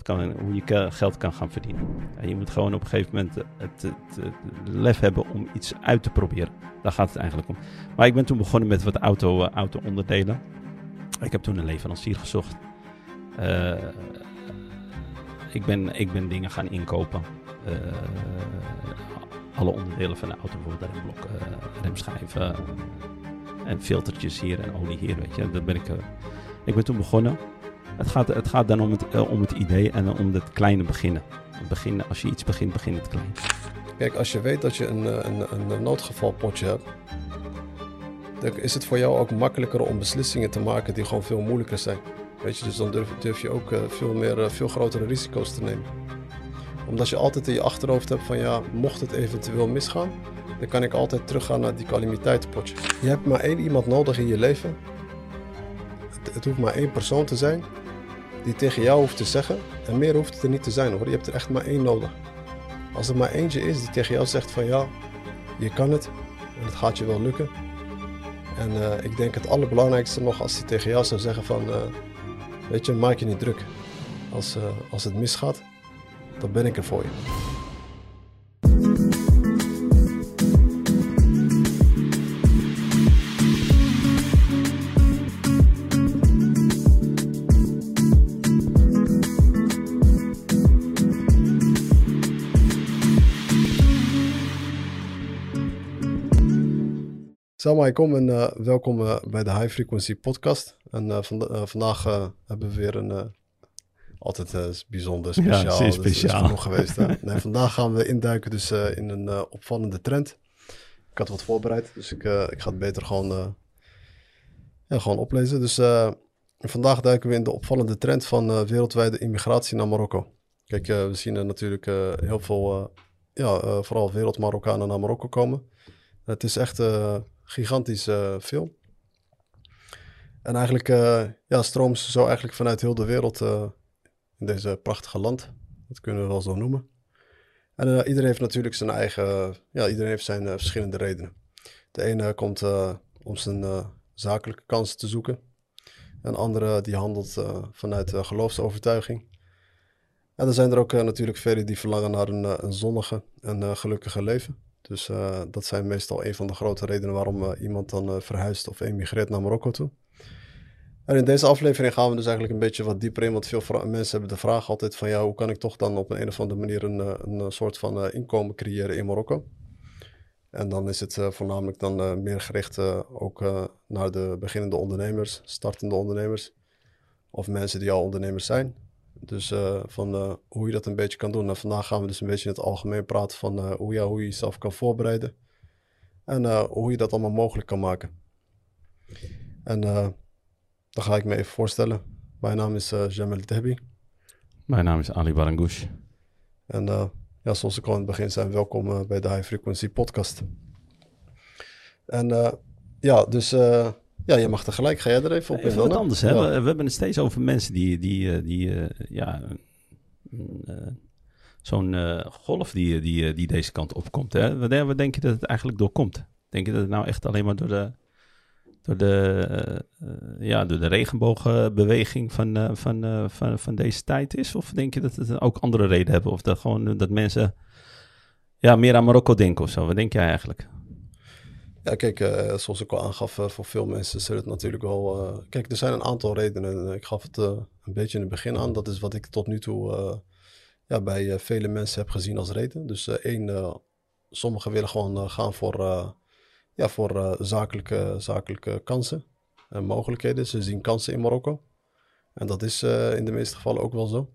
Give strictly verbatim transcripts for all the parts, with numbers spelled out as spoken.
kan, hoe je geld kan gaan verdienen. Ja, je moet gewoon op een gegeven moment het, het, het lef hebben om iets uit te proberen. Daar gaat het eigenlijk om. Maar ik ben toen begonnen met wat auto, uh, auto-onderdelen. Ik heb toen een leverancier gezocht. Uh, ik, ben, ik ben dingen gaan inkopen. Uh, alle onderdelen van de auto, bijvoorbeeld remblok, uh, remschijven uh, en filtertjes hier en olie hier, weet je. Dat ben ik, uh, ik ben toen begonnen. Het gaat, het gaat dan om het, uh, om het idee en uh, om het kleine beginnen. beginnen. Als je iets begint, begin het klein. Kijk, als je weet dat je een, een, een noodgevalpotje hebt, dan is het voor jou ook makkelijker om beslissingen te maken die gewoon veel moeilijker zijn. Weet je, dus dan durf, durf je ook uh, veel, meer, uh, veel grotere risico's te nemen. Omdat je altijd in je achterhoofd hebt van ja, mocht het eventueel misgaan, dan kan ik altijd teruggaan naar die calamiteitenpotje. Je hebt maar één iemand nodig in je leven. Het, het hoeft maar één persoon te zijn die tegen jou hoeft te zeggen. En meer hoeft het er niet te zijn hoor, je hebt er echt maar één nodig. Als er maar eentje is die tegen jou zegt van ja, je kan het en het gaat je wel lukken. En uh, ik denk het allerbelangrijkste nog als hij tegen jou zou zeggen van uh, weet je, maak je niet druk. Als, uh, als het misgaat, dan ben ik er voor je. Assalamu alaikum en uh, welkom uh, bij de High Frequency Podcast. En uh, vanda- uh, vandaag uh, hebben we weer een uh, altijd uh, bijzonder speciaal. Ja, zeer speciaal. Dus is genoeg geweest. Hè? Nee, vandaag gaan we induiken dus uh, in een uh, opvallende trend. Ik had wat voorbereid, dus ik, uh, ik ga het beter gewoon, uh, ja, gewoon oplezen. Dus uh, vandaag duiken we in de opvallende trend van uh, wereldwijde immigratie naar Marokko. Kijk, uh, we zien er natuurlijk uh, heel veel, uh, ja, uh, vooral wereld-Marokkanen naar Marokko komen. Het is echt uh, gigantisch uh, veel. En eigenlijk uh, ja, stromen ze zo eigenlijk vanuit heel de wereld uh, in deze prachtige land. Dat kunnen we wel zo noemen. En uh, iedereen heeft natuurlijk zijn eigen, uh, ja, iedereen heeft zijn uh, verschillende redenen. De ene komt uh, om zijn uh, zakelijke kansen te zoeken. En de andere die handelt uh, vanuit uh, geloofsovertuiging. En er zijn er ook uh, natuurlijk velen die verlangen naar een, uh, een zonnige en uh, gelukkige leven. Dus uh, dat zijn meestal een van de grote redenen waarom uh, iemand dan uh, verhuist of emigreert naar Marokko toe. En in deze aflevering gaan we dus eigenlijk een beetje wat dieper in, want veel vra- mensen hebben de vraag altijd van ja, hoe kan ik toch dan op een, een of andere manier een, een, een soort van uh, inkomen creëren in Marokko? En dan is het uh, voornamelijk dan uh, meer gericht uh, ook uh, naar de beginnende ondernemers, startende ondernemers of mensen die al ondernemers zijn. Dus uh, van uh, hoe je dat een beetje kan doen. En vandaag gaan we dus een beetje in het algemeen praten van uh, hoe, ja, hoe je jezelf kan voorbereiden. En uh, hoe je dat allemaal mogelijk kan maken. En uh, dan ga ik me even voorstellen. Mijn naam is uh, Jamel Tehbi. Mijn naam is Ali Barangoush. En uh, ja, zoals ik al in het begin zei, welkom uh, bij de High Frequency Podcast. En uh, ja, dus... Uh, Ja, je mag tegelijk. Ga jij er even op in? Even wat anders, hè? Ja. We, we hebben het steeds over mensen die, die, die uh, ja, uh, zo'n uh, golf die, die, die deze kant opkomt. Hè? Wat, wat denk je dat het eigenlijk doorkomt? Denk je dat het nou echt alleen maar door de, door de, uh, ja, door de regenboogbeweging van, uh, van, uh, van, van deze tijd is? Of denk je dat het ook andere redenen hebben? Of dat gewoon dat mensen ja, meer aan Marokko denken of zo? Wat denk jij eigenlijk? Ja, kijk, uh, zoals ik al aangaf, uh, voor veel mensen is het natuurlijk wel... Uh, kijk, er zijn een aantal redenen. Ik gaf het uh, een beetje in het begin aan. Dat is wat ik tot nu toe uh, ja, bij uh, vele mensen heb gezien als reden. Dus uh, één, uh, sommigen willen gewoon uh, gaan voor, uh, ja, voor uh, zakelijke, zakelijke kansen en mogelijkheden. Ze zien kansen in Marokko. En dat is uh, in de meeste gevallen ook wel zo.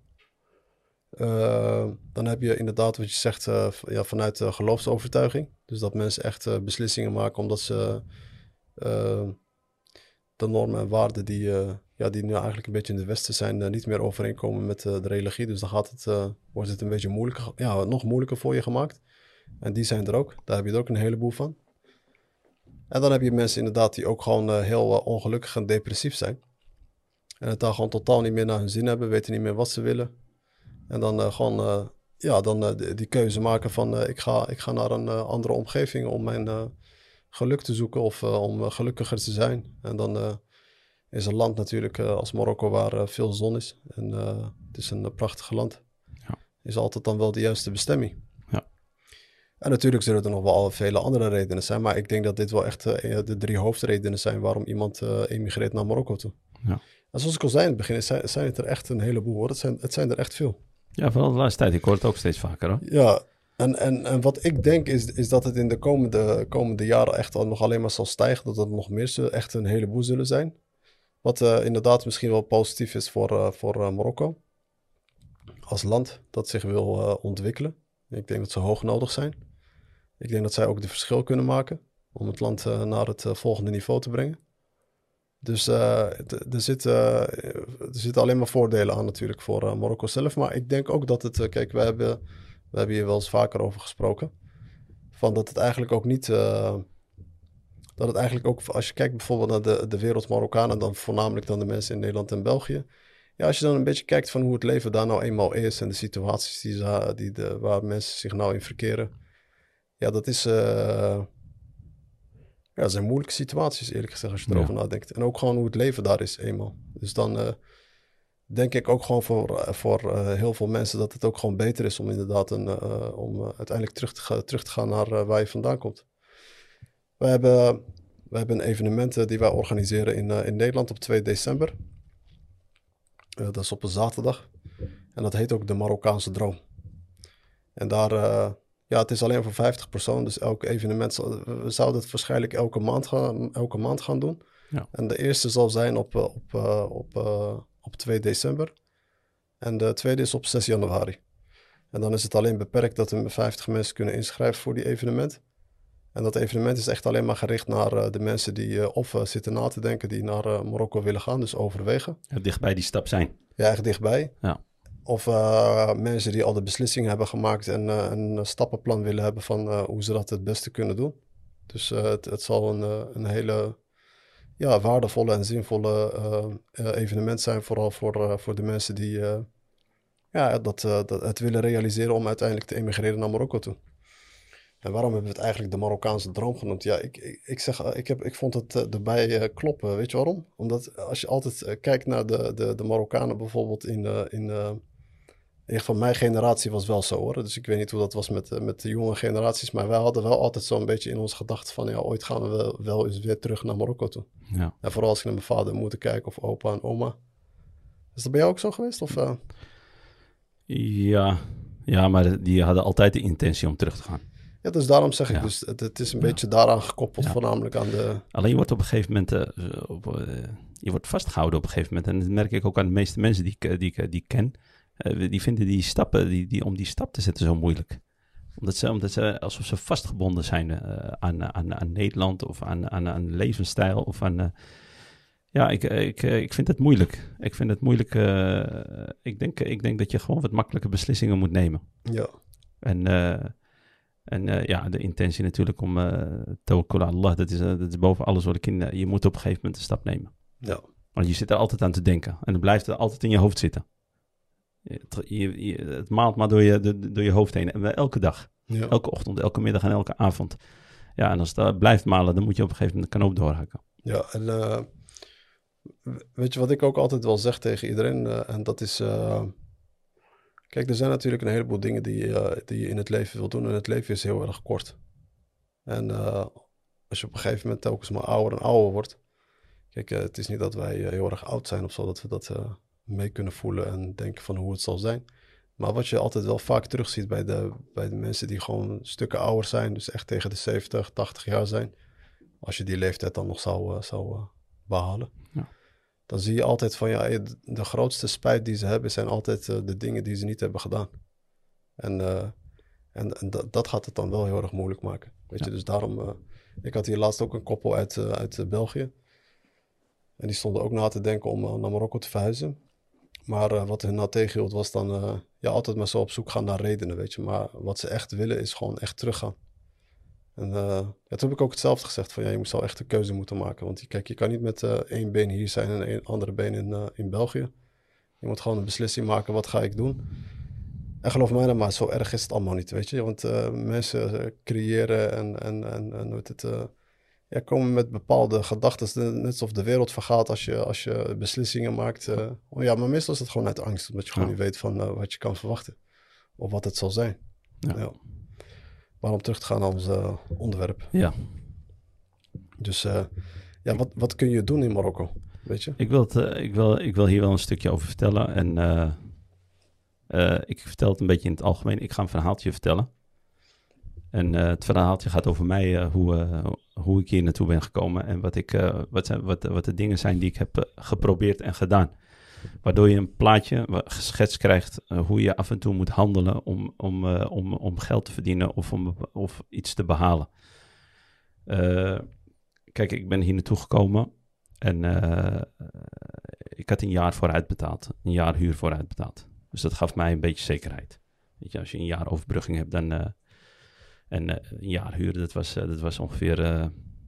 Uh, dan heb je inderdaad wat je zegt uh, ja, vanuit uh, geloofsovertuiging. Dus dat mensen echt uh, beslissingen maken omdat ze uh, de normen en waarden die, uh, ja, die nu eigenlijk een beetje in de Westen zijn uh, niet meer overeenkomen met uh, de religie. Dus dan gaat het, uh, wordt het een beetje moeilijker, ja, nog moeilijker voor je gemaakt. En die zijn er ook. Daar heb je er ook een heleboel van. En dan heb je mensen inderdaad die ook gewoon uh, heel uh, ongelukkig en depressief zijn. En het daar gewoon totaal niet meer naar hun zin hebben, weten niet meer wat ze willen. En dan uh, gewoon uh, ja, dan, uh, die, die keuze maken van uh, ik, ga, ik ga naar een uh, andere omgeving om mijn uh, geluk te zoeken of uh, om uh, gelukkiger te zijn. En dan uh, is een land natuurlijk uh, als Marokko waar uh, veel zon is. En uh, het is een uh, prachtig land. Ja. Is altijd dan wel de juiste bestemming. Ja. En natuurlijk zullen er nog wel vele andere redenen zijn. Maar ik denk dat dit wel echt uh, de drie hoofdredenen zijn waarom iemand uh, emigreert naar Marokko toe. Ja. En zoals ik al zei in het begin, zijn, zijn het er echt een heleboel hoor. Het zijn, het zijn er echt veel. Ja, vooral de laatste tijd. Ik hoor het ook steeds vaker hoor. Ja, en, en, en wat ik denk is, is dat het in de komende, komende jaren echt al nog alleen maar zal stijgen. Dat er nog meer zullen, echt een heleboel zullen zijn. Wat uh, inderdaad misschien wel positief is voor, uh, voor uh, Marokko. Als land dat zich wil uh, ontwikkelen. Ik denk dat ze hoog nodig zijn. Ik denk dat zij ook de verschil kunnen maken. Om het land uh, naar het uh, volgende niveau te brengen. Dus uh, er zitten uh, er zitten alleen maar voordelen aan natuurlijk voor uh, Marokko zelf. Maar ik denk ook dat het... Uh, kijk, we hebben, we hebben hier wel eens vaker over gesproken. Van dat het eigenlijk ook niet... Uh, dat het eigenlijk ook... Als je kijkt bijvoorbeeld naar de, de wereld Marokkanen... dan voornamelijk dan de mensen in Nederland en België. Ja, als je dan een beetje kijkt van hoe het leven daar nou eenmaal is... en de situaties die ze, die de, waar mensen zich nou in verkeren... Ja, dat is... Uh, Ja, dat zijn moeilijke situaties, eerlijk gezegd, als je erover ja. nadenkt. En ook gewoon hoe het leven daar is, eenmaal. Dus dan uh, denk ik ook gewoon voor, uh, voor uh, heel veel mensen dat het ook gewoon beter is om inderdaad een, uh, om uh, uiteindelijk terug te, ga, terug te gaan naar uh, waar je vandaan komt. We hebben, we hebben een evenement uh, die wij organiseren in, uh, in Nederland op twee december. Uh, dat is op een zaterdag. En dat heet ook de Marokkaanse Droom. En daar... Uh, Ja, het is alleen voor vijftig personen, dus elk evenement, we zouden het waarschijnlijk elke maand gaan, elke maand gaan doen. Ja. En de eerste zal zijn op, op, op, op, op twee december en de tweede is op zes januari. En dan is het alleen beperkt dat we vijftig mensen kunnen inschrijven voor die evenement. En dat evenement is echt alleen maar gericht naar uh, de mensen die uh, of uh, zitten na te denken die naar uh, Marokko willen gaan, dus overwegen. Ja, dichtbij die stap zijn. Ja, echt dichtbij. Ja. Of uh, mensen die al de beslissing hebben gemaakt en uh, een stappenplan willen hebben van uh, hoe ze dat het beste kunnen doen. Dus uh, het, het zal een, uh, een hele ja, waardevolle en zinvolle uh, uh, evenement zijn. Vooral voor, uh, voor de mensen die uh, ja, dat, uh, dat het willen realiseren om uiteindelijk te emigreren naar Marokko toe. En waarom hebben we het eigenlijk de Marokkaanse droom genoemd? Ja, ik, ik, ik, zeg, ik, heb, ik vond het uh, erbij uh, kloppen. Weet je waarom? Omdat als je altijd uh, kijkt naar de, de, de Marokkanen bijvoorbeeld in... Uh, in uh, In ieder geval mijn generatie was wel zo hoor. Dus ik weet niet hoe dat was met, met de jonge generaties. Maar wij hadden wel altijd zo'n beetje in ons gedachten van... ja, ooit gaan we wel, wel eens weer terug naar Marokko toe. Ja. En vooral als ik naar mijn vader en moeder kijk of opa en oma. Is dat bij jou ook zo geweest? Of, uh... ja. ja, maar die hadden altijd de intentie om terug te gaan. Ja, dus daarom zeg ik ja. dus... Het, het is een ja. beetje daaraan gekoppeld, ja. voornamelijk aan de... Alleen je wordt op een gegeven moment... Uh, op, uh, je wordt vastgehouden op een gegeven moment. En dat merk ik ook aan de meeste mensen die, die, die, die ik ken... Uh, die vinden die stappen, die, die, om die stap te zetten zo moeilijk. Omdat ze, omdat ze alsof ze vastgebonden zijn uh, aan, aan, aan Nederland of aan, aan, aan levensstijl. Of aan, uh, ja, ik, ik, ik vind het moeilijk. Ik vind het moeilijk. Uh, ik, denk, ik denk dat je gewoon wat makkelijke beslissingen moet nemen. Ja. En, uh, en uh, ja, de intentie natuurlijk om uh, tawakkul ala Allah, dat is, uh, dat is boven alles wat ik in. Uh, je moet op een gegeven moment een stap nemen. Ja. Want je zit er altijd aan te denken. En het blijft er altijd in je hoofd zitten. Het, je, je, het maalt maar door je, de, door je hoofd heen. En elke dag. Ja. Elke ochtend, elke middag en elke avond. Ja, en als het uh, blijft malen, dan moet je op een gegeven moment de knoop doorhakken. Ja, en uh, weet je wat ik ook altijd wel zeg tegen iedereen? Uh, en dat is... Uh, kijk, er zijn natuurlijk een heleboel dingen die, uh, die je in het leven wil doen. En het leven is heel erg kort. En uh, als je op een gegeven moment telkens maar ouder en ouder wordt... Kijk, uh, het is niet dat wij uh, heel erg oud zijn of zo, dat we dat... Uh, mee kunnen voelen en denken van hoe het zal zijn. Maar wat je altijd wel vaak terugziet bij de, bij de mensen die gewoon stukken ouder zijn, dus echt tegen de zeventig, tachtig jaar zijn, als je die leeftijd dan nog zou, uh, zou uh, behalen, ja. Dan zie je altijd van ja, de grootste spijt die ze hebben zijn altijd uh, de dingen die ze niet hebben gedaan. En, uh, en, en dat, dat gaat het dan wel heel erg moeilijk maken. Weet ja. je, dus daarom, uh, ik had hier laatst ook een koppel uit, uh, uit uh, België. En die stonden ook na te denken om uh, naar Marokko te verhuizen. Maar uh, wat hun nou tegenhield was dan uh, ja, altijd maar zo op zoek gaan naar redenen, weet je. Maar wat ze echt willen is gewoon echt teruggaan. En uh, ja, toen heb ik ook hetzelfde gezegd van ja, je moet wel echt een keuze moeten maken. Want kijk, je kan niet met uh, één been hier zijn en een andere been in, uh, in België. Je moet gewoon een beslissing maken, wat ga ik doen? En geloof mij dan maar, zo erg is het allemaal niet, weet je. Want uh, mensen uh, creëren en, en, en, en hoe het, uh, ja, komen met bepaalde gedachten. Net alsof de wereld vergaat als je, als je beslissingen maakt. Uh, oh ja, maar meestal is het gewoon uit angst. Omdat je gewoon ja. niet weet van uh, wat je kan verwachten. Of wat het zal zijn. Ja. Ja. Maar om terug te gaan naar ons uh, onderwerp. Ja. Dus uh, ja, wat, wat kun je doen in Marokko? Weet je? Ik wil, het, uh, ik, wil, ik wil hier wel een stukje over vertellen. En uh, uh, ik vertel het een beetje in het algemeen. Ik ga een verhaaltje vertellen. En uh, het verhaaltje gaat over mij, uh, hoe, uh, hoe ik hier naartoe ben gekomen. En wat, ik, uh, wat, zijn, wat, wat de dingen zijn die ik heb uh, geprobeerd en gedaan. Waardoor je een plaatje geschetst krijgt uh, hoe je af en toe moet handelen om, om, uh, om, om geld te verdienen of om of iets te behalen. Uh, kijk, ik ben hier naartoe gekomen en uh, ik had een jaar vooruit betaald. Een jaar huur vooruit betaald. Dus dat gaf mij een beetje zekerheid. Weet je, als je een jaar overbrugging hebt, dan... Uh, en uh, een jaar huur, dat was, uh, dat was ongeveer uh,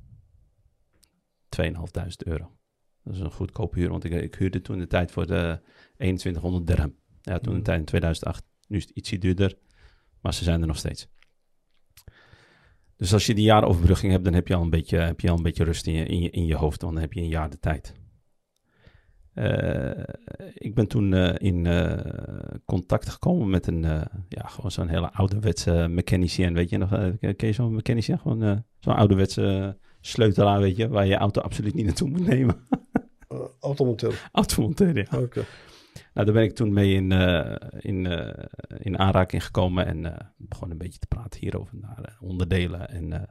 tweeënhalfduizend euro. Dat is een goedkope huur, want ik, ik huurde toen de tijd voor de eenentwintighonderd dirham. Ja, toen de tijd in tweeduizend acht. Nu is het ietsje duurder, maar ze zijn er nog steeds. Dus als je die jaaroverbrugging hebt, dan heb je al een beetje, heb je al een beetje rust in je, in, je, in je hoofd, want dan heb je een jaar de tijd. Uh, ik ben toen uh, in uh, contact gekomen met een, uh, ja, gewoon zo'n hele ouderwetse mechanicien, weet je nog, uh, ken je zo'n mechanicien? Gewoon uh, zo'n ouderwetse sleutelaar, weet je, waar je auto absoluut niet naartoe moet nemen. uh, automonteur. Automonteur, ja. Oké. Okay. Nou, daar ben ik toen mee in, uh, in, uh, in aanraking gekomen en uh, begon een beetje te praten hierover, naar uh, onderdelen. En uh,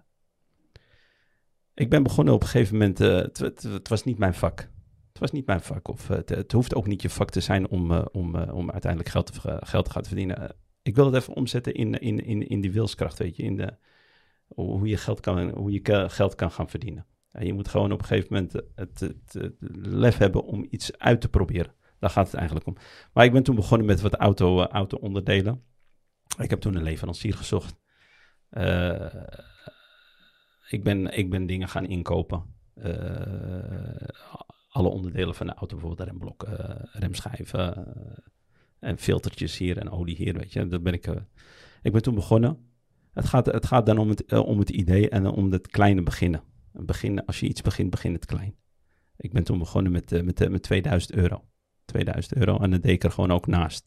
ik ben begonnen op een gegeven moment, uh, het, het, het was niet mijn vak. Het was niet mijn vak. Of het, het hoeft ook niet je vak te zijn om, uh, om, uh, om uiteindelijk geld te, geld te gaan verdienen. Uh, ik wil het even omzetten in, in, in, in die wilskracht, weet je. In de, hoe je geld kan, hoe je geld kan gaan verdienen. En je moet gewoon op een gegeven moment het, het, het, het lef hebben om iets uit te proberen. Daar gaat het eigenlijk om. Maar ik ben toen begonnen met wat auto, uh, auto-onderdelen. Ik heb toen een leverancier gezocht. Uh, ik, ben, ik ben dingen gaan inkopen. Uh, alle onderdelen van de auto, bijvoorbeeld de remblok, uh, remschijven uh, en filtertjes hier en olie hier, weet je. Dat ben ik, uh, ik ben toen begonnen. Het gaat, het gaat dan om het, uh, om het idee en om het kleine beginnen. beginnen. Als je iets begint, begin het klein. Ik ben toen begonnen met, uh, met, uh, met tweeduizend euro. tweeduizend euro en dat deed ik er gewoon ook naast.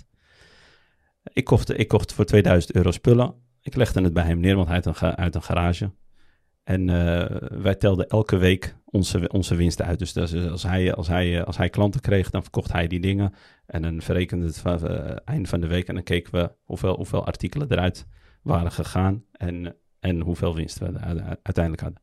Ik kocht, ik kocht voor tweeduizend euro spullen. Ik legde het bij hem neer, want hij had een, ga, uit een garage. En uh, wij telden elke week onze, onze winsten uit. Dus als hij, als, hij, als hij klanten kreeg, dan verkocht hij die dingen. En dan verrekende het van, uh, einde van de week. En dan keken we hoeveel, hoeveel artikelen eruit waren gegaan. En, en hoeveel winst we uiteindelijk hadden.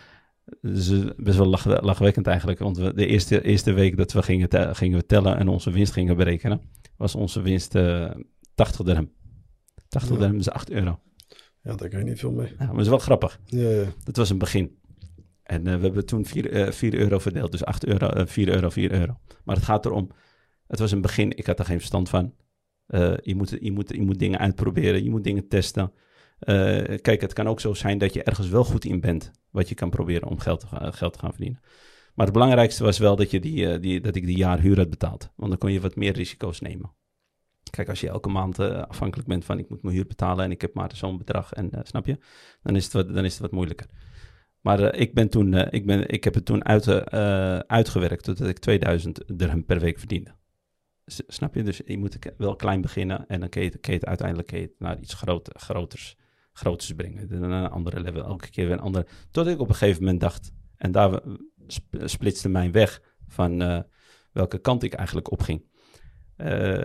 Dus best wel lach, lachwekkend eigenlijk. Want we, de eerste, eerste week dat we gingen, te, gingen we tellen en onze winst gingen berekenen, was onze winst uh, tachtig dirham. tachtig ja. dirham is acht euro. Ja, daar kan je niet veel mee. Ja, maar dat is wel grappig. Ja, ja. Dat was een begin. En uh, we hebben toen vier euro verdeeld. Dus acht euro, uh, vier euro, vier euro. Maar het gaat erom, het was een begin. Ik had er geen verstand van. Uh, je, moet, je, moet, je moet dingen uitproberen. Je moet dingen testen. Uh, kijk, het kan ook zo zijn dat je ergens wel goed in bent. Wat je kan proberen om geld te, uh, geld te gaan verdienen. Maar het belangrijkste was wel dat, je die, uh, die, dat ik die jaar huur had betaald. Want dan kon je wat meer risico's nemen. Kijk, als je elke maand uh, afhankelijk bent van ik moet mijn huur betalen en ik heb maar zo'n bedrag en uh, snap je, dan is het wat, dan is het wat moeilijker. Maar uh, ik, ben toen, uh, ik, ben, ik heb het toen uit, uh, uitgewerkt totdat ik tweeduizend dirham per week verdiende. S- snap je? Dus je moet wel klein beginnen en dan kun je, kun je het uiteindelijk kun je het naar iets groot, groters, groters brengen. Naar een andere level, elke keer weer een andere. Tot ik op een gegeven moment dacht, en daar sp- splitste mijn weg van uh, welke kant ik eigenlijk op ging. Uh,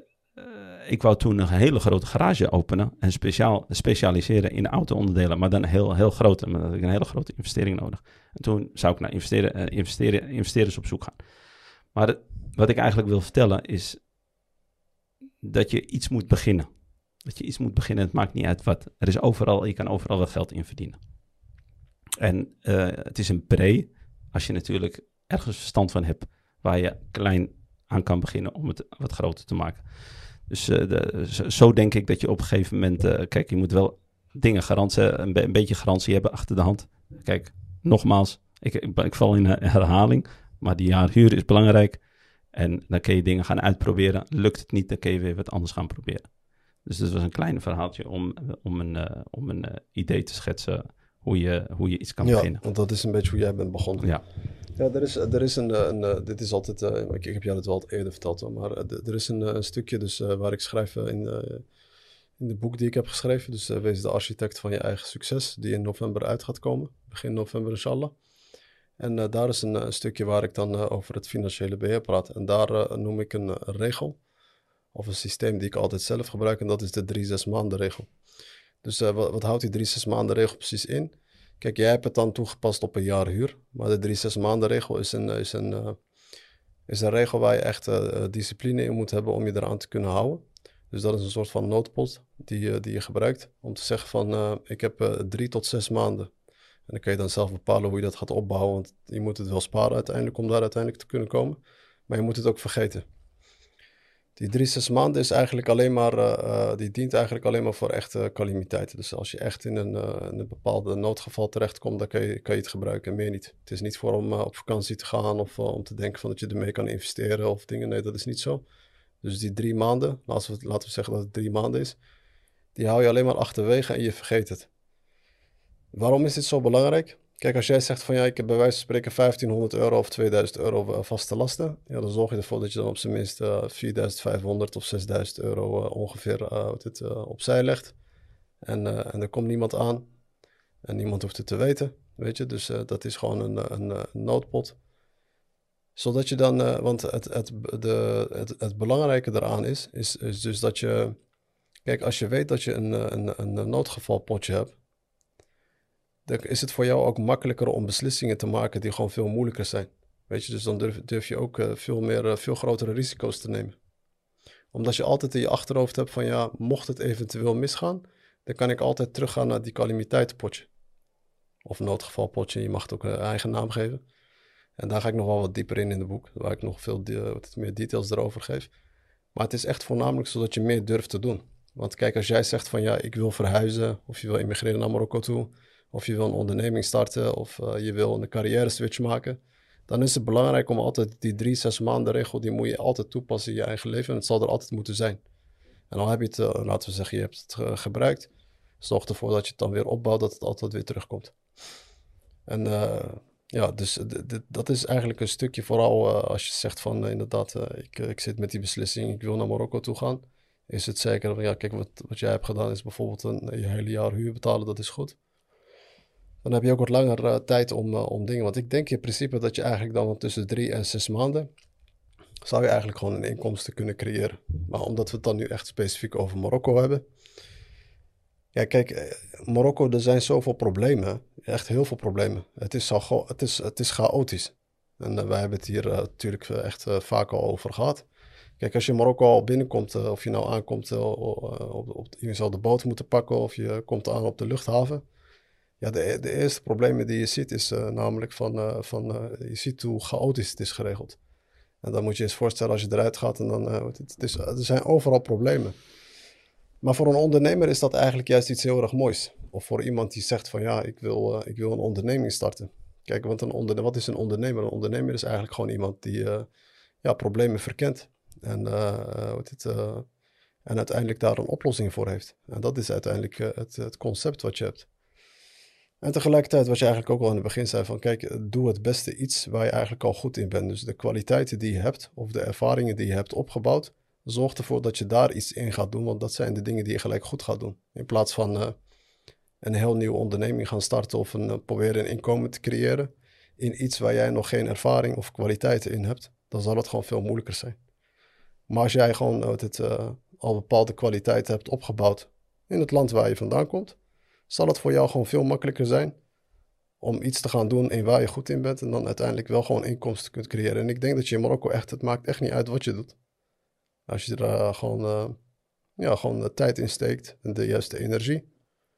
Uh, ik wou toen een hele grote garage openen en speciaal specialiseren in auto-onderdelen, maar dan heel, heel groot. En dan had ik een hele grote investering nodig. En toen zou ik naar investeren, uh, investeren, investeerders op zoek gaan. Maar het, wat ik eigenlijk wil vertellen is dat je iets moet beginnen. Dat je iets moet beginnen, het maakt niet uit wat. Er is overal, je kan overal wel geld in verdienen. En uh, het is een pre, als je natuurlijk ergens verstand van hebt, waar je klein aan kan beginnen om het wat groter te maken. Dus uh, de, zo, zo denk ik dat je op een gegeven moment... Uh, kijk, je moet wel dingen garantie, een, be- een beetje garantie hebben achter de hand. Kijk, nogmaals, ik, ik, ik val in herhaling, maar die jaar huur is belangrijk. En dan kun je dingen gaan uitproberen. Lukt het niet, dan kun je weer wat anders gaan proberen. Dus dat was een klein verhaaltje om, om een, uh, om een uh, idee te schetsen hoe je, hoe je iets kan ja, beginnen. want dat is een beetje hoe jij bent begonnen. Ja. Ja, er is, er is een, een, een dit is altijd, uh, ik, ik heb jou dat wel eerder verteld, hoor, maar uh, er is een, een stukje dus, uh, waar ik schrijf uh, in, uh, in de boek die ik heb geschreven. Dus uh, wees de architect van je eigen succes, die in november uit gaat komen. Begin november inshallah. En uh, daar is een, een stukje waar ik dan uh, over het financiële beheer praat. En daar uh, noem ik een, een regel, of een systeem die ik altijd zelf gebruik. En dat is de drie zes maanden regel. Dus uh, wat, wat houdt die drie zes maanden regel precies in? Kijk, jij hebt het dan toegepast op een jaar huur. Maar de drie zes maanden regel is een, is, een, uh, is een regel waar je echt uh, discipline in moet hebben om je eraan te kunnen houden. Dus dat is een soort van noodpot die, uh, die je gebruikt. Om te zeggen van, uh, ik heb uh, drie tot zes maanden. En dan kun je dan zelf bepalen hoe je dat gaat opbouwen. Want je moet het wel sparen uiteindelijk om daar uiteindelijk te kunnen komen. Maar je moet het ook vergeten. Die drie, zes maanden is eigenlijk alleen maar, uh, uh, die dient eigenlijk alleen maar voor echte calamiteiten. Dus als je echt in een, uh, in een bepaalde noodgeval terechtkomt, dan kan je, kan je het gebruiken en meer niet. Het is niet voor om uh, op vakantie te gaan of uh, om te denken van dat je ermee kan investeren of dingen. Nee, dat is niet zo. Dus die drie maanden, laten we, laten we zeggen dat het drie maanden is, die hou je alleen maar achterwege en je vergeet het. Waarom is dit zo belangrijk? Kijk, als jij zegt van ja, ik heb bij wijze van spreken vijftienhonderd euro of tweeduizend euro vaste lasten. Ja, dan zorg je ervoor dat je dan op zijn minst uh, vierduizend vijfhonderd of zesduizend euro uh, ongeveer uh, dit, uh, opzij legt. En, uh, en er komt niemand aan. En niemand hoeft het te weten, weet je. Dus uh, dat is gewoon een, een, een noodpot. Zodat je dan, uh, want het, het, de, het, het belangrijke daaraan is, is, is dus dat je, kijk, als je weet dat je een, een, een noodgevalpotje hebt, dan is het voor jou ook makkelijker om beslissingen te maken die gewoon veel moeilijker zijn. Weet je, dus dan durf, durf je ook uh, veel meer, uh, veel grotere risico's te nemen. Omdat je altijd in je achterhoofd hebt van ja, mocht het eventueel misgaan, dan kan ik altijd teruggaan naar die calamiteitenpotje. Of noodgevalpotje, je mag het ook een eigen naam geven. En daar ga ik nog wel wat dieper in in het boek, waar ik nog veel uh, wat meer details erover geef. Maar het is echt voornamelijk zodat je meer durft te doen. Want kijk, als jij zegt van ja, ik wil verhuizen, of je wil immigreren naar Marokko toe, of je wil een onderneming starten, of uh, je wil een carrière switch maken, dan is het belangrijk om altijd die drie, zes maanden regel, die moet je altijd toepassen in je eigen leven. En het zal er altijd moeten zijn. En al heb je het, uh, laten we zeggen, je hebt het uh, gebruikt, zorg ervoor dat je het dan weer opbouwt, dat het altijd weer terugkomt. En uh, ja, dus d- d- dat is eigenlijk een stukje, vooral uh, als je zegt van uh, inderdaad, uh, ik, uh, ik zit met die beslissing, ik wil naar Marokko toe gaan. Is het zeker van ja, kijk, wat, wat jij hebt gedaan is bijvoorbeeld een, je hele jaar huur betalen, dat is goed. Dan heb je ook wat langer uh, tijd om, uh, om dingen. Want ik denk in principe dat je eigenlijk dan tussen drie en zes maanden zou je eigenlijk gewoon een inkomsten kunnen creëren. Maar omdat we het dan nu echt specifiek over Marokko hebben. Ja, kijk, Marokko, er zijn zoveel problemen. Echt heel veel problemen. Het is, zo, het is, het is chaotisch. En uh, wij hebben het hier uh, natuurlijk echt uh, vaak al over gehad. Kijk, als je in Marokko al binnenkomt, uh, of je nou aankomt, uh, op, op, je zal de boot moeten pakken of je komt aan op de luchthaven. Ja, de, de eerste problemen die je ziet is uh, namelijk van, uh, van uh, je ziet hoe chaotisch het is geregeld. En dan moet je eens voorstellen als je eruit gaat en dan, uh, het, het is, er zijn overal problemen. Maar voor een ondernemer is dat eigenlijk juist iets heel erg moois. Of voor iemand die zegt van ja, ik wil, uh, ik wil een onderneming starten. Kijk, want een onder, wat is een ondernemer? Een ondernemer is eigenlijk gewoon iemand die uh, ja, problemen verkent. En, uh, wat het, uh, en uiteindelijk daar een oplossing voor heeft. En dat is uiteindelijk uh, het, het concept wat je hebt. En tegelijkertijd wat je eigenlijk ook al in het begin zei van kijk, doe het beste iets waar je eigenlijk al goed in bent. Dus de kwaliteiten die je hebt of de ervaringen die je hebt opgebouwd, zorg ervoor dat je daar iets in gaat doen, want dat zijn de dingen die je gelijk goed gaat doen. In plaats van uh, een heel nieuwe onderneming gaan starten of een, uh, proberen een inkomen te creëren in iets waar jij nog geen ervaring of kwaliteiten in hebt, dan zal het gewoon veel moeilijker zijn. Maar als jij gewoon uh, het, uh, al bepaalde kwaliteiten hebt opgebouwd in het land waar je vandaan komt, zal het voor jou gewoon veel makkelijker zijn om iets te gaan doen in waar je goed in bent en dan uiteindelijk wel gewoon inkomsten kunt creëren. En ik denk dat je in Marokko echt, het maakt echt niet uit wat je doet. Als je er uh, gewoon, uh, ja, gewoon de tijd in steekt en de juiste energie,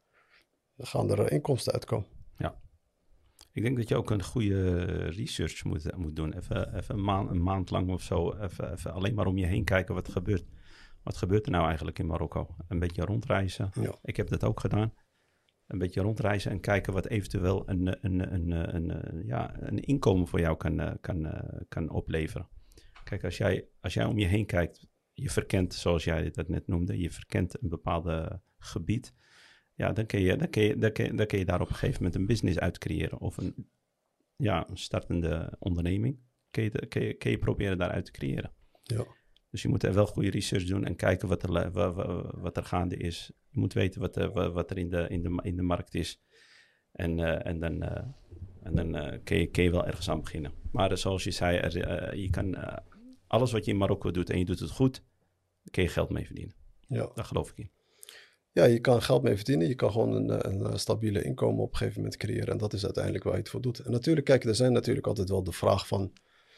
dan gaan er uh, inkomsten uitkomen. Ja. Ik denk dat je ook een goede research moet, moet doen. Even, even een, maand, een maand lang of zo. Even, even alleen maar om je heen kijken wat gebeurt. Wat gebeurt er nou eigenlijk in Marokko? Een beetje rondreizen. Ja. Ik heb dat ook gedaan. Een beetje rondreizen en kijken wat eventueel een, een, een, een, een, ja, een inkomen voor jou kan, kan, kan opleveren. Kijk, als jij, als jij om je heen kijkt, je verkent, zoals jij dat net noemde, je verkent een bepaald gebied. ja, dan kun je, dan kun je, dan kun je, dan kun je daar op een gegeven moment een business uit creëren. Of een, ja, een startende onderneming. Kun je, kun je, kun je proberen daaruit te creëren. Ja. Dus je moet er wel goede research doen en kijken wat er, wat, wat er gaande is. Je moet weten wat er, wat er in, de, in, de, in de markt is. En, uh, en dan, uh, en dan uh, kun, je, kun je wel ergens aan beginnen. Maar uh, zoals je zei, er, uh, je kan uh, alles wat je in Marokko doet en je doet het goed, daar kun je geld mee verdienen. Ja. Daar geloof ik in. Ja, je kan geld mee verdienen. Je kan gewoon een, een, een stabiele inkomen op een gegeven moment creëren. En dat is uiteindelijk waar je het voor doet. En natuurlijk, kijk, er zijn natuurlijk altijd wel de vraag van...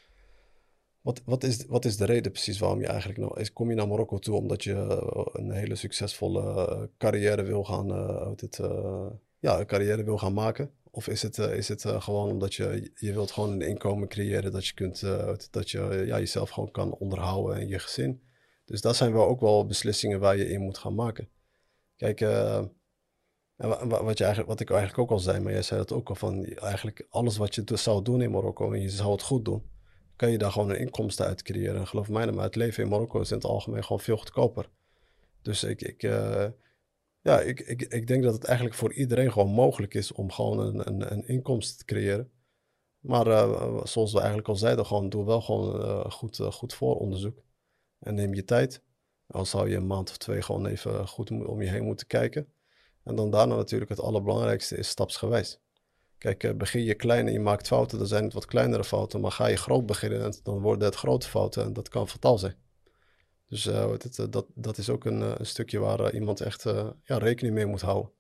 Wat, wat, is, wat is de reden precies waarom je eigenlijk nou... Is, kom je naar Marokko toe omdat je uh, een hele succesvolle uh, carrière wil gaan... Uh, uit het, uh, ja, een carrière wil gaan maken? Of is het, uh, is het uh, gewoon omdat je... Je wilt gewoon een inkomen creëren dat je kunt... Uh, dat je uh, ja, jezelf gewoon kan onderhouden en je gezin. Dus dat zijn wel ook wel beslissingen waar je in moet gaan maken. Kijk, uh, wat, je eigenlijk, wat ik eigenlijk ook al zei, maar jij zei dat ook al van... Eigenlijk alles wat je dus zou doen in Marokko en je zou het goed doen... kan je daar gewoon een inkomsten uit creëren. En geloof mij, maar het leven in Marokko is in het algemeen gewoon veel goedkoper. Dus ik, ik, uh, ja, ik, ik, ik denk dat het eigenlijk voor iedereen gewoon mogelijk is om gewoon een, een, een inkomsten te creëren. Maar uh, zoals we eigenlijk al zeiden, gewoon, doe wel gewoon uh, goed, uh, goed vooronderzoek. En neem je tijd. Dan zou je een maand of twee gewoon even goed om je heen moeten kijken. En dan daarna natuurlijk het allerbelangrijkste is stapsgewijs. Kijk, begin je klein en je maakt fouten, dan zijn het wat kleinere fouten. Maar ga je groot beginnen, en dan worden het grote fouten en dat kan fataal zijn. Dus uh, dat, dat, dat is ook een, een stukje waar uh, iemand echt uh, ja, rekening mee moet houden.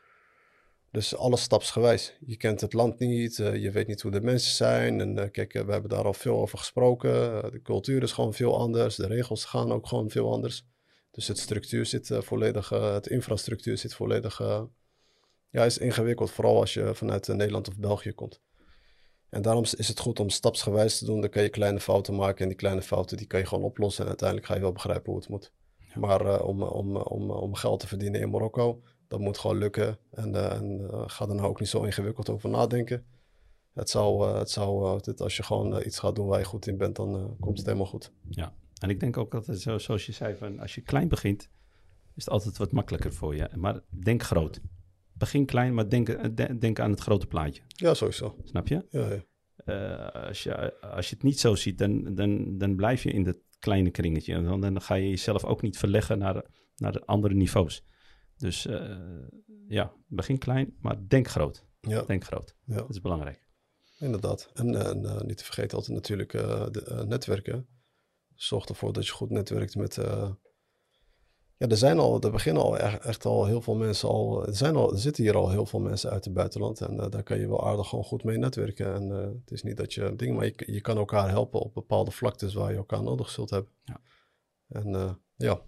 Dus alles stapsgewijs. Je kent het land niet, uh, je weet niet hoe de mensen zijn. En uh, kijk, uh, we hebben daar al veel over gesproken. Uh, de cultuur is gewoon veel anders, de regels gaan ook gewoon veel anders. Dus het structuur zit uh, volledig, uh, het infrastructuur zit volledig... Uh, Ja, is ingewikkeld, vooral als je vanuit Nederland of België komt. En daarom is het goed om stapsgewijs te doen. Dan kan je kleine fouten maken en die kleine fouten die kan je gewoon oplossen. En uiteindelijk ga je wel begrijpen hoe het moet. Ja. Maar uh, om, om, om, om geld te verdienen in Marokko, dat moet gewoon lukken. En, uh, en uh, ga er nou ook niet zo ingewikkeld over nadenken. Het zou, uh, het zou uh, dit, als je gewoon uh, iets gaat doen waar je goed in bent, dan uh, komt het helemaal goed. Ja, en ik denk ook dat het zo, zoals je zei, van als je klein begint, is het altijd wat makkelijker voor je. Maar denk groot. Begin klein, maar denk, denk aan het grote plaatje. Ja, sowieso. Snap je? Ja, ja. Uh, als je? Als je het niet zo ziet, dan, dan, dan blijf je in dat kleine kringetje. En dan, dan ga je jezelf ook niet verleggen naar, naar de andere niveaus. Dus uh, ja, begin klein, maar denk groot. Ja. Denk groot. Ja. Dat is belangrijk. Inderdaad. En, en uh, niet te vergeten altijd natuurlijk uh, de, uh, netwerken. Zorg ervoor dat je goed netwerkt met... Uh, Ja, er zijn al, er beginnen al echt, echt al heel veel mensen al, er zijn al, er zitten hier al heel veel mensen uit het buitenland en uh, daar kan je wel aardig gewoon goed mee netwerken. En uh, het is niet dat je dingen, maar je, je kan elkaar helpen op bepaalde vlaktes waar je elkaar nodig zult hebben. Ja. En uh, ja,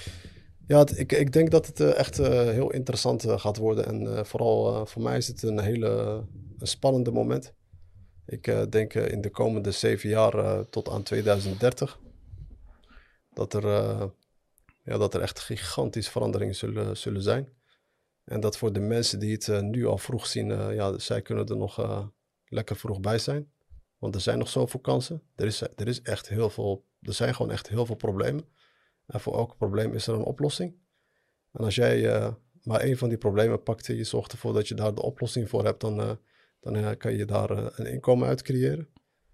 ja het, ik, ik denk dat het uh, echt uh, heel interessant uh, gaat worden en uh, vooral uh, voor mij is het een hele een spannende moment. Ik uh, denk uh, in de komende zeven jaar uh, tot aan tweeduizend dertig dat er... Uh, Ja, dat er echt gigantische veranderingen zullen, zullen zijn. En dat voor de mensen die het uh, nu al vroeg zien, uh, ja, zij kunnen er nog uh, lekker vroeg bij zijn. Want er zijn nog zoveel kansen. Er is, er is echt heel veel, er zijn gewoon echt heel veel problemen. En voor elk probleem is er een oplossing. En als jij uh, maar één van die problemen pakt en je zorgt ervoor dat je daar de oplossing voor hebt, dan, uh, dan uh, kan je daar uh, een inkomen uit creëren.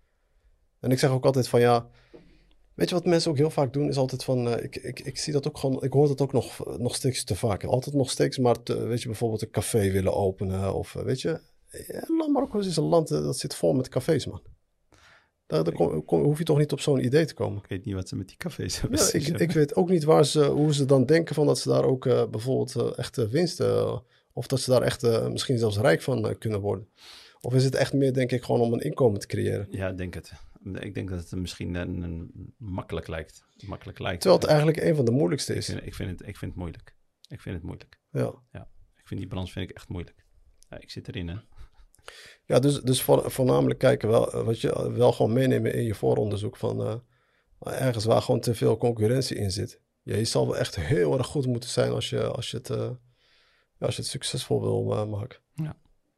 En ik zeg ook altijd van ja... Weet je wat mensen ook heel vaak doen, is altijd van, uh, ik, ik, ik zie dat ook gewoon, ik hoor dat ook nog, nog steeds te vaak. Altijd nog steeds maar, te, weet je, bijvoorbeeld een café willen openen of, uh, weet je. Ja, Marokko is een land uh, dat zit vol met cafés, man. Daar, daar kom, kom, hoef je toch niet op zo'n idee te komen. Ik weet niet wat ze met die cafés hebben. Ja, ik, ik weet ook niet waar ze, hoe ze dan denken van dat ze daar ook uh, bijvoorbeeld uh, echt uh, winst, uh, of dat ze daar echt uh, misschien zelfs rijk van uh, kunnen worden. Of is het echt meer, denk ik, gewoon om een inkomen te creëren? Ja, ik denk het. Ik denk dat het misschien een, een makkelijk lijkt. Makkelijk lijkt. Terwijl het eigenlijk een van de moeilijkste is. Ik vind, ik vind, het, ik vind het moeilijk. Ik vind het moeilijk. Ja. Ja. Ik vind die balans vind ik echt moeilijk. Ja, ik zit erin, hè. Ja, dus, dus voor, voornamelijk kijken wel, wat je wel gewoon meenemen in je vooronderzoek van uh, ergens waar gewoon te veel concurrentie in zit. Ja, je zal wel echt heel erg goed moeten zijn als je, als je, het, uh, ja, als je het succesvol wil uh, maken. Ja.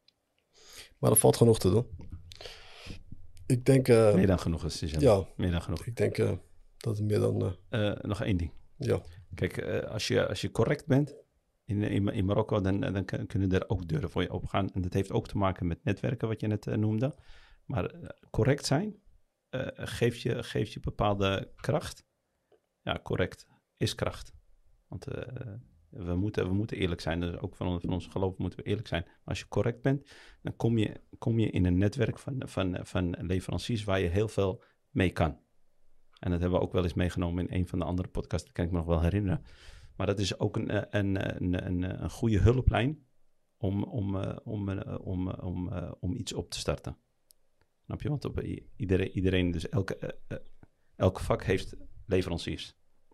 Maar er valt genoeg te doen. Ik denk... Uh, meer dan genoeg is het. Ja. Meer dan genoeg. Ik denk uh, dat het meer dan... Uh, uh, nog één ding. Ja. Kijk, uh, als, je, als je correct bent, in, in, in Marokko, dan, dan kunnen er ook deuren voor je opengaan. En dat heeft ook te maken met netwerken, wat je net uh, noemde. Maar uh, correct zijn uh, geeft, je, geeft je bepaalde kracht. Ja, correct is kracht. Want uh, we, moeten, we moeten eerlijk zijn. Dus ook van, van ons geloof moeten we eerlijk zijn. Maar als je correct bent, dan kom je, kom je in een netwerk van, van, van leveranciers waar je heel veel mee kan. En dat hebben we ook wel eens meegenomen in een van de andere podcasts. Dat kan ik me nog wel herinneren. Maar dat is ook een, een, een, een, een goede hulplijn om, om, om, om, om, om iets op te starten. Snap je? Want op iedereen, iedereen dus elke, elke vak heeft leveranciers.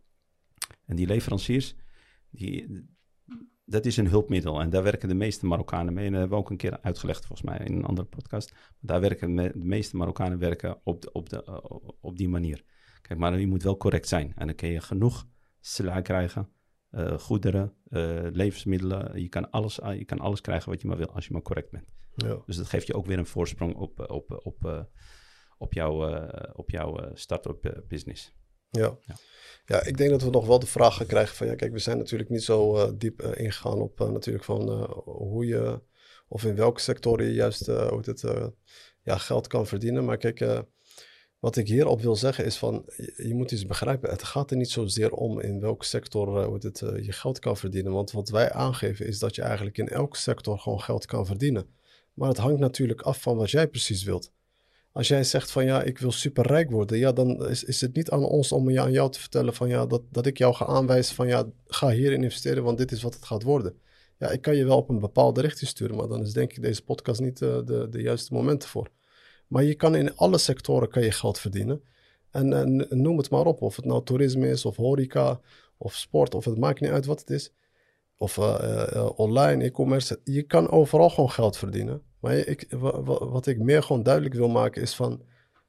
En die leveranciers, die, dat is een hulpmiddel. En daar werken de meeste Marokkanen mee. En dat hebben we ook een keer uitgelegd volgens mij in een andere podcast. Daar werken de meeste Marokkanen werken op, de, op, de, op die manier. Kijk, maar je moet wel correct zijn. En dan kun je genoeg sla krijgen. Uh, goederen, uh, levensmiddelen. Je kan, alles, uh, je kan alles krijgen wat je maar wil als je maar correct bent. Ja. Dus dat geeft je ook weer een voorsprong op, op, op, uh, op jouw, uh, op jouw uh, start-up uh, business. Ja. Ja. ja, ik denk dat we nog wel de vraag gaan krijgen van... ja, kijk, we zijn natuurlijk niet zo uh, diep uh, ingegaan op uh, natuurlijk van uh, hoe je... of in welke sector je juist uh, hoe dit, uh, ja, geld kan verdienen. Maar kijk... Uh, Wat ik hierop wil zeggen is van, je, je moet iets begrijpen. Het gaat er niet zozeer om in welke sector uh, het, uh, je geld kan verdienen. Want wat wij aangeven is dat je eigenlijk in elke sector gewoon geld kan verdienen. Maar het hangt natuurlijk af van wat jij precies wilt. Als jij zegt van ja, ik wil superrijk worden. Ja, dan is, is het niet aan ons om aan jou te vertellen van ja, dat, dat ik jou ga aanwijzen van ja, ga hierin investeren, want dit is wat het gaat worden. Ja, ik kan je wel op een bepaalde richting sturen, maar dan is denk ik deze podcast niet uh, de, de juiste momenten voor. Maar je kan in alle sectoren kan je geld verdienen. En, en noem het maar op. Of het nou toerisme is, of horeca, of sport. Of het maakt niet uit wat het is. Of uh, uh, online, e-commerce. Je kan overal gewoon geld verdienen. Maar ik, w- w- wat ik meer gewoon duidelijk wil maken is van...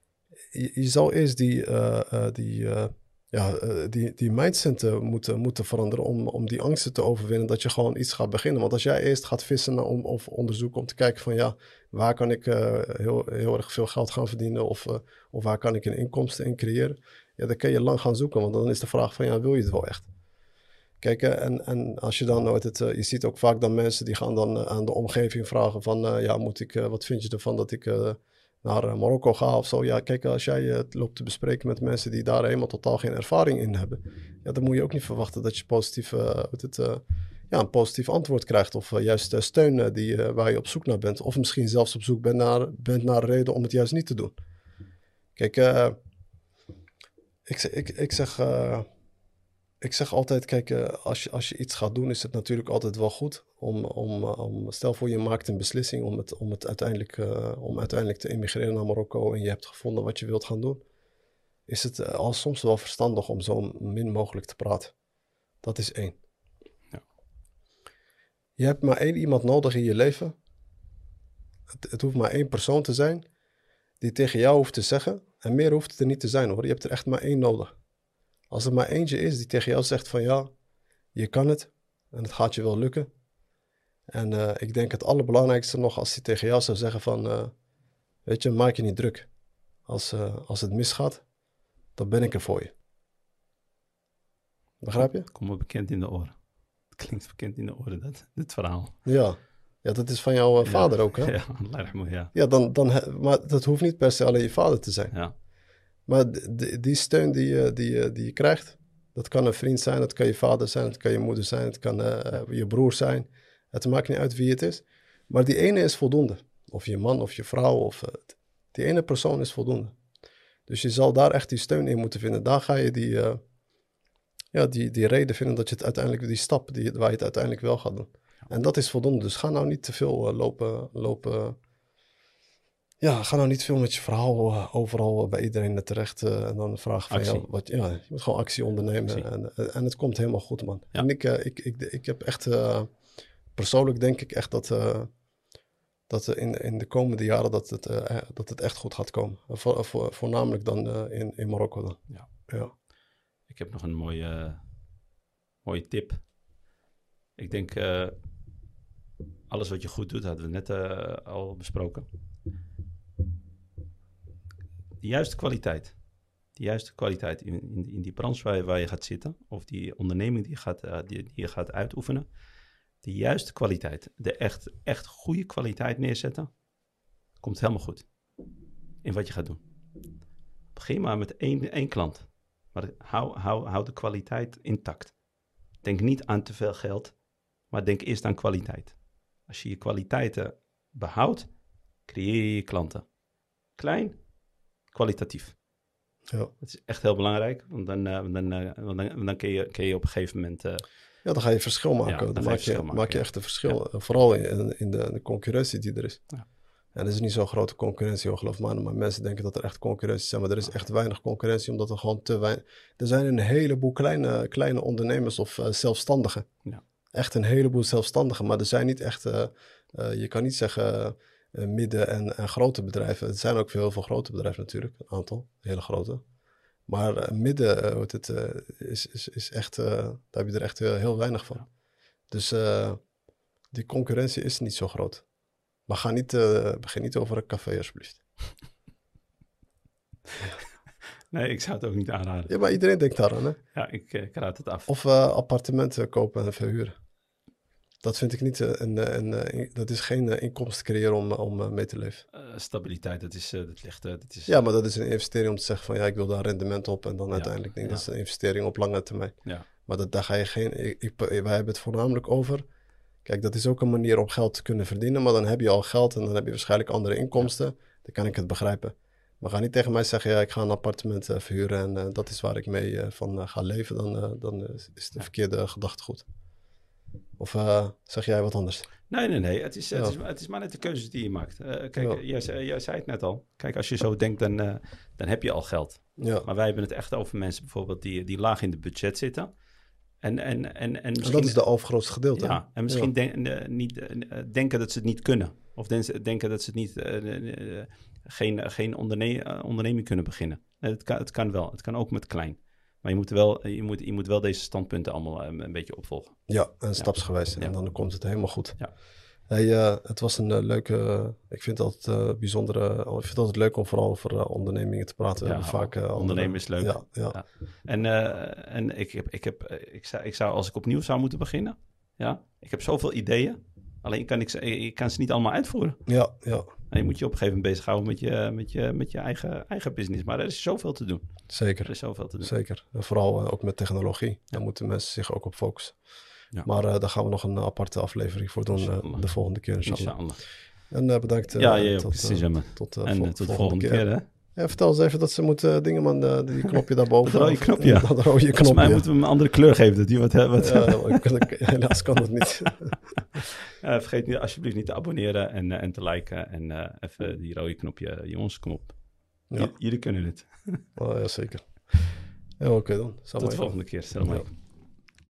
Je, je zou eerst die, uh, uh, die, uh, ja, uh, die, die mindset uh, moeten, moeten veranderen... Om, om die angsten te overwinnen dat je gewoon iets gaat beginnen. Want als jij eerst gaat vissen naar om, of onderzoeken om te kijken van... ja, waar kan ik uh, heel, heel erg veel geld gaan verdienen... Of, uh, of waar kan ik een inkomsten in creëren... Ja, dan kun je lang gaan zoeken. Want dan is de vraag van, ja, wil je het wel echt? Kijk, uh, en, en als je dan nooit het... Uh, je ziet ook vaak dan mensen die gaan dan uh, aan de omgeving vragen van... Uh, ja, moet ik, uh, wat vind je ervan dat ik... Uh, naar uh, Marokko ga of zo. Ja, kijk, als jij uh, het loopt te bespreken met mensen die daar helemaal totaal geen ervaring in hebben, ja, dan moet je ook niet verwachten dat je positief, uh, het, uh, ja, een positief antwoord krijgt of uh, juist uh, steun uh, die, uh, waar je op zoek naar bent. Of misschien zelfs op zoek bent naar, bent naar een reden om het juist niet te doen. Kijk, uh, ik, ik, ik zeg... Uh, Ik zeg altijd, kijk, uh, als, je, als je iets gaat doen, is het natuurlijk altijd wel goed. Om, om, om, stel voor je maakt een beslissing om, het, om, het uiteindelijk, uh, om uiteindelijk te emigreren naar Marokko en je hebt gevonden wat je wilt gaan doen. Is het uh, al soms wel verstandig om zo min mogelijk te praten. Dat is één. Ja. Je hebt maar één iemand nodig in je leven. Het, het hoeft maar één persoon te zijn die tegen jou hoeft te zeggen. En meer hoeft het er niet te zijn hoor. Je hebt er echt maar één nodig. Als er maar eentje is die tegen jou zegt van ja, je kan het en het gaat je wel lukken. En uh, ik denk het allerbelangrijkste nog als hij tegen jou zou zeggen van, uh, weet je, maak je niet druk. Als, uh, als het misgaat, dan ben ik er voor je. Begrijp je? Kom me bekend in de oren. Het klinkt bekend in de oren, dat, dit verhaal. Ja. Ja, dat is van jouw uh, vader ja. ook hè? Ja, Allah, ja. Ja, dan, dan, maar dat hoeft niet per se alleen je vader te zijn. Ja. Maar die, die steun die je, die, die je krijgt, dat kan een vriend zijn, dat kan je vader zijn, dat kan je moeder zijn, het kan uh, je broer zijn. Het maakt niet uit wie het is. Maar die ene is voldoende. Of je man of je vrouw, of, uh, die ene persoon is voldoende. Dus je zal daar echt die steun in moeten vinden. Daar ga je die, uh, ja, die, die reden vinden dat je het uiteindelijk, die stap die, waar je het uiteindelijk wel gaat doen. En dat is voldoende. Dus ga nou niet te veel uh, lopen... lopen Ja, ga nou niet veel met je verhaal uh, overal bij iedereen terecht uh, en dan vragen van jou. Wat, ja, je moet gewoon actie ondernemen actie. En, uh, en het komt helemaal goed, man. Ja. En ik, uh, ik, ik, ik heb echt, uh, persoonlijk denk ik echt dat, uh, dat uh, in, in de komende jaren dat het, uh, dat het echt goed gaat komen. Uh, voor, voor, voornamelijk dan uh, in, in Marokko dan. Ja. Ja. Ik heb nog een mooie, uh, mooie tip. Ik denk, uh, alles wat je goed doet, hadden we net uh, al besproken. De juiste kwaliteit. De juiste kwaliteit in, in, in die branche waar je, waar je gaat zitten. Of die onderneming die je gaat, uh, die, die je gaat uitoefenen. de juiste kwaliteit, de echt, echt goede kwaliteit neerzetten, komt het helemaal goed in wat je gaat doen. Begin maar met één, één klant, maar hou, hou, hou de kwaliteit intact. Denk niet aan te veel geld, maar denk eerst aan kwaliteit. Als je je kwaliteiten behoudt, creëer je je klanten. Klein, kwalitatief. Ja. Dat is echt heel belangrijk, want dan, uh, dan, uh, dan, dan kun, je, kun je op een gegeven moment... Uh, ja, dan ga je verschil maken. Ja, dan dan maak je, verschil maken, maak je ja. echt een verschil. Ja. Vooral in, in de, de concurrentie die er is. Ja. En er is niet zo'n grote concurrentie, hoor, geloof me. Maar mensen denken dat er echt concurrentie is. Maar er is echt weinig concurrentie, omdat er gewoon te weinig... Er zijn een heleboel kleine, kleine ondernemers of uh, zelfstandigen. Ja. Echt een heleboel zelfstandigen. Maar er zijn niet echt... Uh, uh, je kan niet zeggen uh, midden- en, en grote bedrijven. Er zijn ook veel, heel veel grote bedrijven natuurlijk. Een aantal, hele grote. Maar uh, midden uh, het, uh, is, is, is echt... Uh, daar heb je er echt uh, heel weinig van. Ja. Dus uh, die concurrentie is niet zo groot. Maar ga niet, uh, begin niet over een café, alsjeblieft. Nee, ik zou het ook niet aanraden. Ja, maar iedereen denkt daaraan, hè? Ja, ik, ik raad het af. Of uh, appartementen kopen en verhuren. Dat vind ik niet uh, een, een, een, een... Dat is geen uh, inkomsten creëren om, om uh, mee te leven. Uh, stabiliteit, dat is... Uh, dat ligt, uh, dat is Ja, maar dat is een investering om te zeggen van... Ja, ik wil daar rendement op. En dan ja, uiteindelijk denk ik, ja. dat is een investering op lange termijn. Ja. Maar dat, daar ga je geen... Ik, ik, wij hebben het voornamelijk over... Kijk, dat is ook een manier om geld te kunnen verdienen. Maar dan heb je al geld en dan heb je waarschijnlijk andere inkomsten. Ja. Dan kan ik het begrijpen. Maar ga niet tegen mij zeggen... Ja, ik ga een appartement uh, verhuren en uh, dat is waar ik mee uh, van uh, ga leven. Dan, uh, dan uh, is de verkeerde gedachtegoed. Of uh, zeg jij wat anders? Nee, nee, nee. Het is, ja. het is, het is maar net de keuzes die je maakt. Uh, kijk, ja. jij, jij zei het net al. Kijk, als je zo denkt, dan, uh, dan heb je al geld. Ja. Maar wij hebben het echt over mensen bijvoorbeeld die, die laag in de budget zitten. En, en, en, en, en dat is de overgrootste gedeelte. Ja, en misschien ja. denk, uh, niet, uh, denken dat ze het niet kunnen. Of den, denken dat ze het niet, uh, uh, uh, geen, geen onderne- uh, onderneming kunnen beginnen. Uh, het, kan, het kan wel. Het kan ook met klein. Maar je moet wel, je moet, je moet wel deze standpunten allemaal uh, een beetje opvolgen. Ja, en stapsgewijs. Ja. En Ja. dan komt het helemaal goed. Ja. Hey, uh, het was een uh, leuke... Uh, ik vind het altijd uh, bijzondere... Uh, ik vind het altijd leuk om vooral over uh, ondernemingen te praten. Ja, We vaak, uh, ondernemen is leuk. Ja, ja. Ja. En, uh, en ik, heb, ik, heb, ik, zou, ik zou, als ik opnieuw zou moeten beginnen... Ja, ik heb zoveel ideeën. Alleen kan ik, ze, ik kan ze niet allemaal uitvoeren. Ja, ja. En je moet je op een gegeven moment bezighouden met je, met je, met je eigen, eigen business. Maar er is zoveel te doen. Zeker. Er is zoveel te doen. Zeker. En vooral uh, ook met technologie. Ja. Daar moeten mensen zich ook op focussen. Ja. Maar uh, daar gaan we nog een aparte aflevering voor doen uh, de volgende keer. Inshallah. Inshallah. En uh, bedankt. Uh, Ja, je tot, ook. uh, Tot, uh, en vo- uh, tot de volgende keer. keer hè? Ja, vertel eens even dat ze moeten uh, dingen, man, uh, die knopje daarboven. Dat rode knopje. Ja. Dat rode knopje. Volgens mij ja. moeten we hem een andere kleur geven. Dat die wat, wat ja, helaas kan dat niet. uh, vergeet niet, alsjeblieft niet te abonneren en, uh, en te liken. En uh, even die rode knopje. Jongens, kom op. Ja. J- jullie kunnen het. Oh, ja, zeker. Ja, oké okay dan. Tot de volgende keer. Salam alaikum.